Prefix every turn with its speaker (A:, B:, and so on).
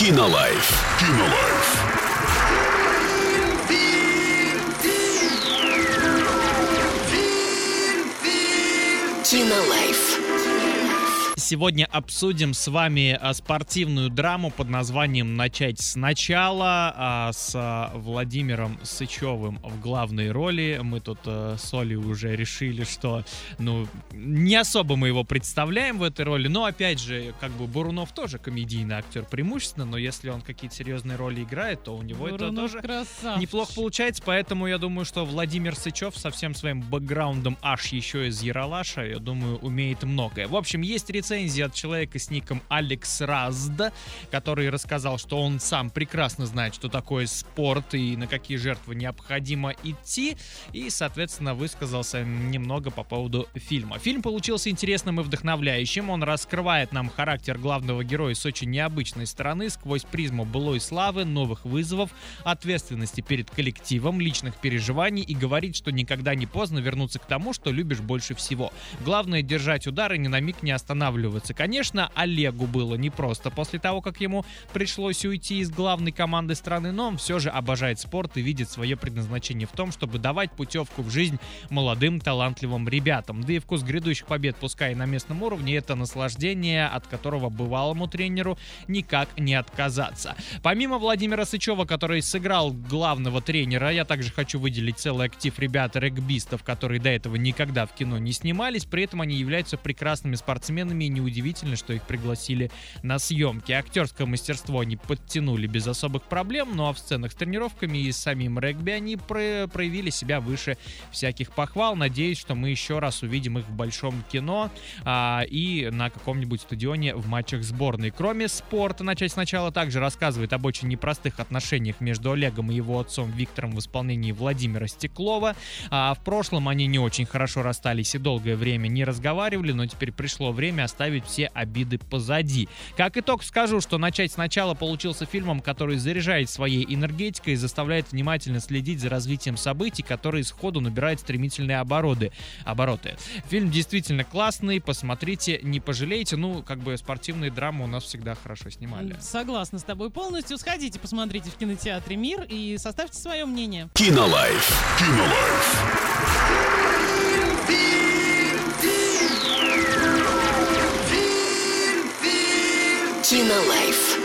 A: Кинолайф.
B: Кинолайф.
C: Сегодня обсудим с вами спортивную драму под названием «Начать сначала» с Владимиром Сычевым в главной роли. Мы тут с Олей уже решили, что не особо мы его представляем в этой роли, но опять же, Бурунов тоже комедийный актер преимущественно, но если он какие-то серьезные роли играет, то у него
D: Бурунов
C: это тоже
D: красавчик.
C: неплохо получается, поэтому я думаю, что Владимир Сычев со всем своим бэкграундом аж еще из Ералаша, я думаю, умеет многое. В общем, есть рецензия от человека с ником Алекс Разд, который рассказал, что он сам прекрасно знает, что такое спорт и на какие жертвы необходимо идти, и, соответственно, высказался немного по поводу фильма. Фильм получился интересным и вдохновляющим. Он раскрывает нам характер главного героя с очень необычной стороны, сквозь призму былой славы, новых вызовов, ответственности перед коллективом, личных переживаний, и говорит, что никогда не поздно вернуться к тому, что любишь больше всего. Главное — держать удар и ни на миг не останавливаться. Конечно, Олегу было непросто после того, как ему пришлось уйти из главной команды страны, но он все же обожает спорт и видит свое предназначение в том, чтобы давать путевку в жизнь молодым талантливым ребятам. Да и вкус грядущих побед, пускай и на местном уровне, это наслаждение, от которого бывалому тренеру никак не отказаться. Помимо Владимира Сычева, который сыграл главного тренера, я также хочу выделить целый актив ребят-регбистов, которые до этого никогда в кино не снимались, при этом они являются прекрасными спортсменами, и неудивительно, что их пригласили на съемки. Актерское мастерство они подтянули без особых проблем, ну а в сценах с тренировками и самим регби они проявили себя выше всяких похвал. Надеюсь, что мы еще раз увидим их в большом кино и на каком-нибудь стадионе в матчах сборной. Кроме спорта, «Начать сначала» также рассказывает об очень непростых отношениях между Олегом и его отцом Виктором в исполнении Владимира Стеклова. В прошлом они не очень хорошо расстались и долгое время не разговаривали, но теперь пришло время оставить все обиды позади. Как итог скажу, что «Начать сначала» получился фильмом, который заряжает своей энергетикой и заставляет внимательно следить за развитием событий, которые сходу набирают стремительные обороты. Фильм действительно классный, посмотрите, не пожалеете. Спортивные драмы у нас всегда хорошо снимали.
D: Согласна с тобой полностью. Сходите, посмотрите в кинотеатре «Мир» и составьте свое мнение.
A: Кинолайф.
B: Кинолайф.